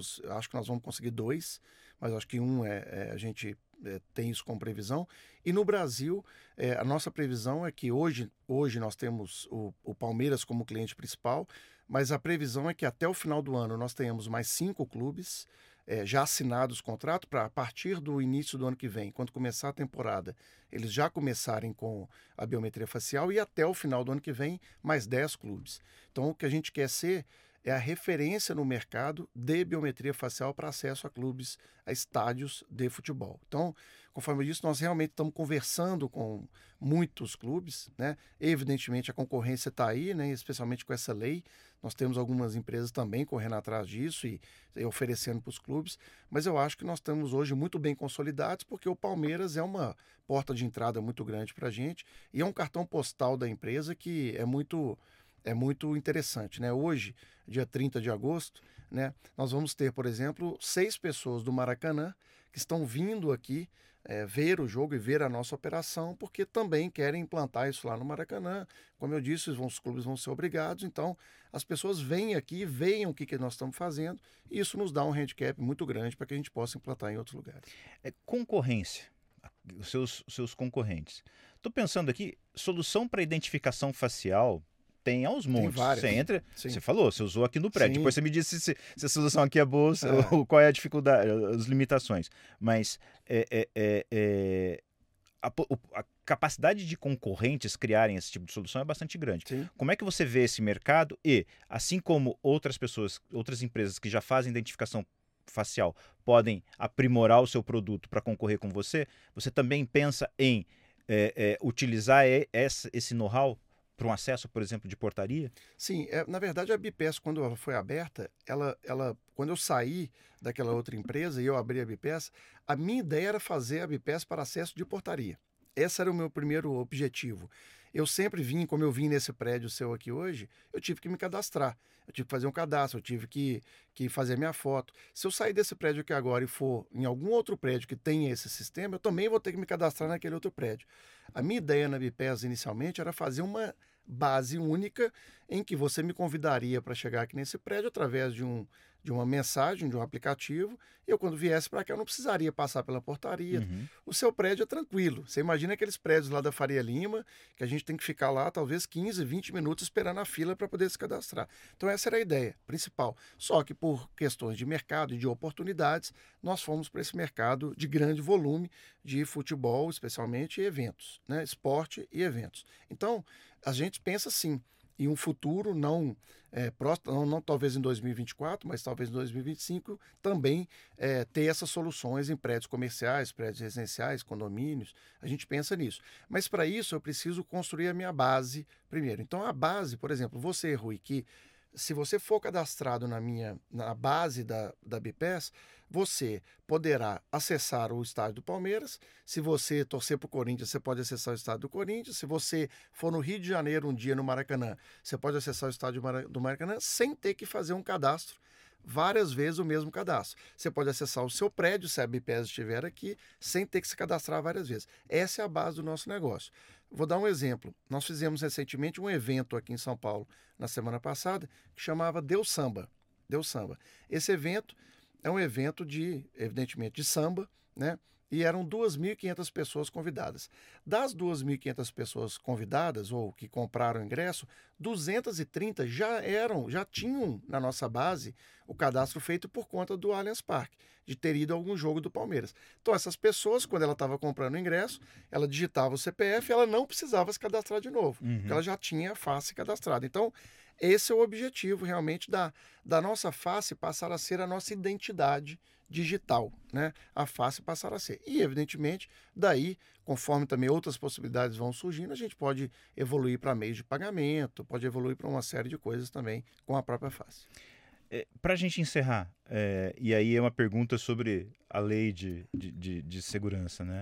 vamos conseguir 2, mas acho que a gente tem isso como previsão. E no Brasil, a nossa previsão é que hoje nós temos o Palmeiras como cliente principal, mas a previsão é que até o final do ano nós tenhamos mais 5 clubes já assinados o contrato para, a partir do início do ano que vem, quando começar a temporada, eles já começarem com a biometria facial e até o final do ano que vem, mais 10 clubes. Então, o que a gente quer ser é a referência no mercado de biometria facial para acesso a clubes, a estádios de futebol. Então, conforme eu disse, nós realmente estamos conversando com muitos clubes, né? Evidentemente, a concorrência está aí, né? Especialmente com essa lei. Nós temos algumas empresas também correndo atrás disso e oferecendo para os clubes, mas eu acho que nós estamos hoje muito bem consolidados, porque o Palmeiras é uma porta de entrada muito grande para a gente e é um cartão postal da empresa que é muito interessante, né? Hoje, dia 30 de agosto, né, nós vamos ter, por exemplo, 6 pessoas do Maracanã que estão vindo aqui ver o jogo e ver a nossa operação, porque também querem implantar isso lá no Maracanã. Como eu disse, os clubes vão ser obrigados, então as pessoas vêm aqui, veem o que nós estamos fazendo, e isso nos dá um handicap muito grande para que a gente possa implantar em outros lugares. Concorrência, os seus concorrentes. Estou pensando aqui, solução para identificação facial tem aos montes. Tem várias. Você entra, Sim. você falou, você usou aqui no prédio. Sim. Depois você me disse se a solução aqui é boa ou qual é a dificuldade, as limitações. Mas a capacidade de concorrentes criarem esse tipo de solução é bastante grande. Sim. Como é que você vê esse mercado e, assim como outras empresas que já fazem identificação facial podem aprimorar o seu produto para concorrer com você, você também pensa em utilizar esse know-how para um acesso, por exemplo, de portaria? Sim, na verdade a Bipes, quando ela foi aberta, quando eu saí daquela outra empresa e eu abri a Bipes, a minha ideia era fazer a Bipes para acesso de portaria. Esse era o meu primeiro objetivo. Eu sempre como eu vim nesse prédio seu aqui hoje, eu tive que me cadastrar. Eu tive que fazer um cadastro, eu tive que fazer a minha foto. Se eu sair desse prédio aqui agora e for em algum outro prédio que tenha esse sistema, eu também vou ter que me cadastrar naquele outro prédio. A minha ideia na Bipes inicialmente era fazer uma base única em que você me convidaria para chegar aqui nesse prédio através de uma mensagem, de um aplicativo. Eu, quando viesse para cá, eu não precisaria passar pela portaria. Uhum. O seu prédio é tranquilo. Você imagina aqueles prédios lá da Faria Lima, que a gente tem que ficar lá talvez 15, 20 minutos esperando a fila para poder se cadastrar. Então essa era a ideia principal. Só que por questões de mercado e de oportunidades, nós fomos para esse mercado de grande volume de futebol, especialmente, e eventos, né? Esporte e eventos. Então, a gente pensa assim, em um futuro não próximo, não talvez em 2024, mas talvez em 2025, também ter essas soluções em prédios comerciais, prédios residenciais, condomínios. A gente pensa nisso. Mas para isso eu preciso construir a minha base primeiro. Então a base, por exemplo, você, Rui, que se você for cadastrado na base da Bipes, você poderá acessar o estádio do Palmeiras. Se você torcer para o Corinthians, você pode acessar o estádio do Corinthians. Se você for no Rio de Janeiro um dia no Maracanã, você pode acessar o estádio do Maracanã sem ter que fazer um cadastro, várias vezes o mesmo cadastro. Você pode acessar o seu prédio, se a Bipes estiver aqui, sem ter que se cadastrar várias vezes. Essa é a base do nosso negócio. Vou dar um exemplo. Nós fizemos recentemente um evento aqui em São Paulo, na semana passada, que chamava Deus Samba. Deus Samba. Esse evento é um evento evidentemente, de samba, né? E eram 2.500 pessoas convidadas. Das 2.500 pessoas convidadas, ou que compraram o ingresso, 230 já tinham na nossa base o cadastro feito por conta do Allianz Parque, de ter ido a algum jogo do Palmeiras. Então essas pessoas, quando ela estava comprando o ingresso, ela digitava o CPF e ela não precisava se cadastrar de novo, porque ela já tinha a face cadastrada. Então, esse é o objetivo realmente da nossa face passar a ser a nossa identidade digital, né? A face passar a ser. E, evidentemente, daí, conforme também outras possibilidades vão surgindo, a gente pode evoluir para meios de pagamento, pode evoluir para uma série de coisas também com a própria face. Para a gente encerrar, e aí é uma pergunta sobre a lei de segurança, né?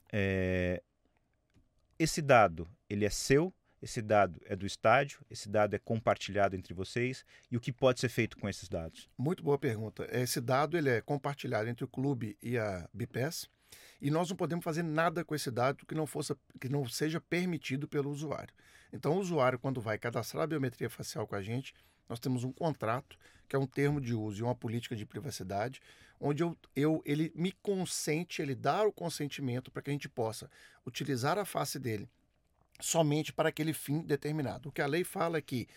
Esse dado, ele é seu? Esse dado é do estádio? Esse dado é compartilhado entre vocês? E o que pode ser feito com esses dados? Muito boa pergunta. Esse dado ele é compartilhado entre o clube e a BPES e nós não podemos fazer nada com esse dado que não seja permitido pelo usuário. Então, o usuário, quando vai cadastrar a biometria facial com a gente, nós temos um contrato, que é um termo de uso e uma política de privacidade, onde ele me consente, ele dá o consentimento para que a gente possa utilizar a face dele somente para aquele fim determinado. O que a lei fala é que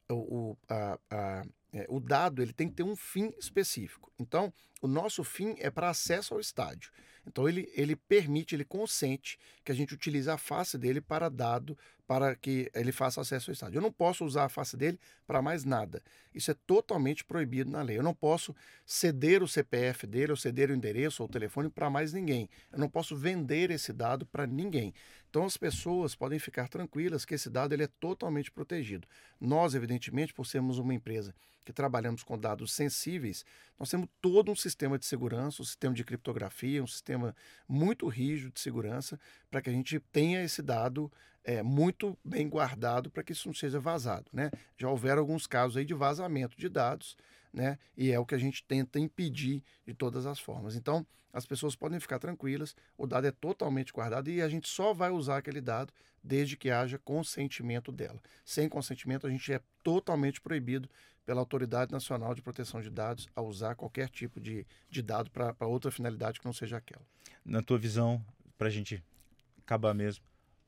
o dado ele tem que ter um fim específico. Então, o nosso fim é para acesso ao estádio. Então, ele permite, ele consente que a gente utilize a face dele para que ele faça acesso ao estádio. Eu não posso usar a face dele para mais nada. Isso é totalmente proibido na lei. Eu não posso ceder o CPF dele, ou ceder o endereço ou o telefone para mais ninguém. Eu não posso vender esse dado para ninguém. Então, as pessoas podem ficar tranquilas que esse dado ele é totalmente protegido. Nós, evidentemente, por sermos uma empresa que trabalhamos com dados sensíveis, nós temos todo um sistema de segurança, um sistema de criptografia, um sistema muito rígido de segurança para que a gente tenha esse dado muito bem guardado para que isso não seja vazado, né? Já houveram alguns casos aí de vazamento de dados, né? E é o que a gente tenta impedir de todas as formas. Então, as pessoas podem ficar tranquilas, o dado é totalmente guardado e a gente só vai usar aquele dado desde que haja consentimento dela. Sem consentimento, a gente é totalmente proibido pela Autoridade Nacional de Proteção de Dados a usar qualquer tipo de dado para outra finalidade que não seja aquela. Na tua visão, para a gente acabar mesmo,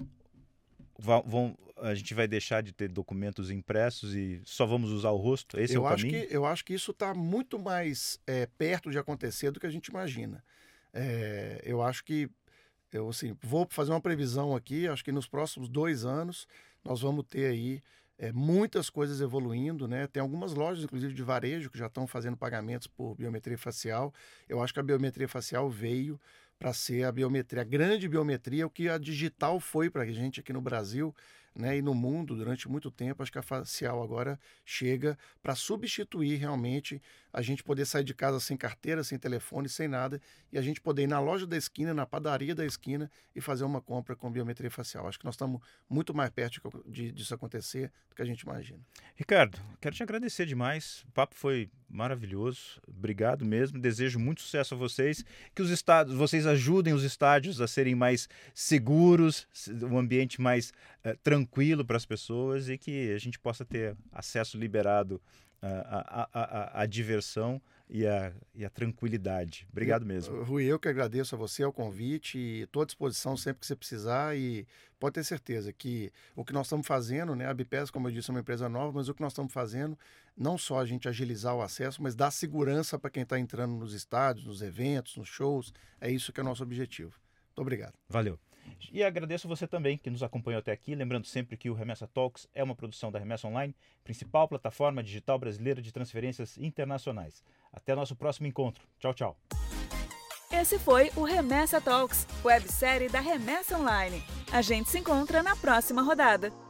a gente vai deixar de ter documentos impressos e só vamos usar o rosto? Esse é o caminho? Eu acho que isso está muito mais perto de acontecer do que a gente imagina. Eu acho que, vou fazer uma previsão aqui, acho que nos próximos 2 anos nós vamos ter aí muitas coisas evoluindo, né? Tem algumas lojas, inclusive de varejo, que já estão fazendo pagamentos por biometria facial. Eu acho que a biometria facial veio para ser a grande biometria, o que a digital foi para a gente aqui no Brasil, né, e no mundo durante muito tempo. Acho que a facial agora chega para substituir realmente a gente poder sair de casa sem carteira, sem telefone, sem nada, e a gente poder ir na loja da esquina, na padaria da esquina e fazer uma compra com biometria facial. Acho que nós estamos muito mais perto disso acontecer do que a gente imagina. Ricardo, quero te agradecer demais. O papo foi maravilhoso. Obrigado mesmo. Desejo muito sucesso a vocês. Que vocês ajudem os estádios a serem mais seguros, um ambiente mais tranquilo para as pessoas e que a gente possa ter acesso liberado à diversão e à tranquilidade. Obrigado mesmo. Rui, eu que agradeço a você, ao convite, e estou à disposição sempre que você precisar, e pode ter certeza que o que nós estamos fazendo, né, a BPES, como eu disse, é uma empresa nova, mas o que nós estamos fazendo, não só a gente agilizar o acesso, mas dar segurança para quem está entrando nos estádios, nos eventos, nos shows, é isso que é o nosso objetivo. Muito obrigado. Valeu. E agradeço você também que nos acompanhou até aqui. Lembrando sempre que o Remessa Talks é uma produção da Remessa Online, principal plataforma digital brasileira de transferências internacionais. Até nosso próximo encontro. Tchau, tchau. Esse foi o Remessa Talks, websérie da Remessa Online. A gente se encontra na próxima rodada.